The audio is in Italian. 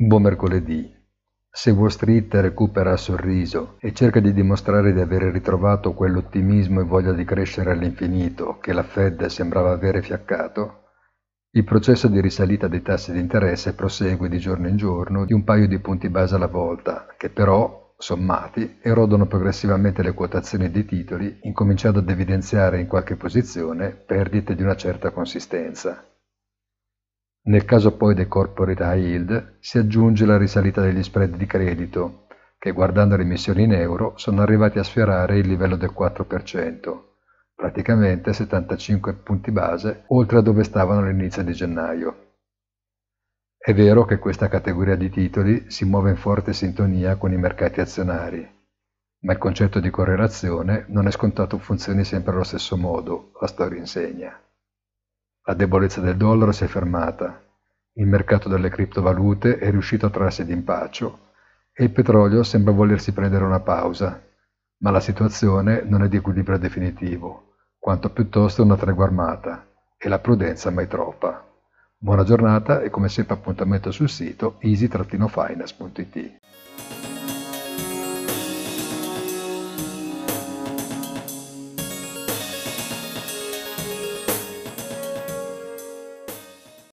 Buon mercoledì. Se Wall Street recupera il sorriso e cerca di dimostrare di avere ritrovato quell'ottimismo e voglia di crescere all'infinito che la Fed sembrava avere fiaccato, il processo di risalita dei tassi di interesse prosegue di giorno in giorno di un paio di punti base alla volta, che però, sommati, erodono progressivamente le quotazioni dei titoli, incominciando ad evidenziare in qualche posizione perdite di una certa consistenza. Nel caso poi dei corporate high yield si aggiunge la risalita degli spread di credito, che guardando le emissioni in euro sono arrivati a sfiorare il livello del 4%, praticamente 75 punti base oltre a dove stavano all'inizio di gennaio. È vero che questa categoria di titoli si muove in forte sintonia con i mercati azionari, ma il concetto di correlazione non è scontato funzioni sempre allo stesso modo, la storia insegna. La debolezza del dollaro si è fermata, il mercato delle criptovalute è riuscito a trarsi d'impaccio e il petrolio sembra volersi prendere una pausa, ma la situazione non è di equilibrio definitivo, quanto piuttosto una tregua armata, e la prudenza mai troppa. Buona giornata e come sempre appuntamento sul sito easy-finance.it.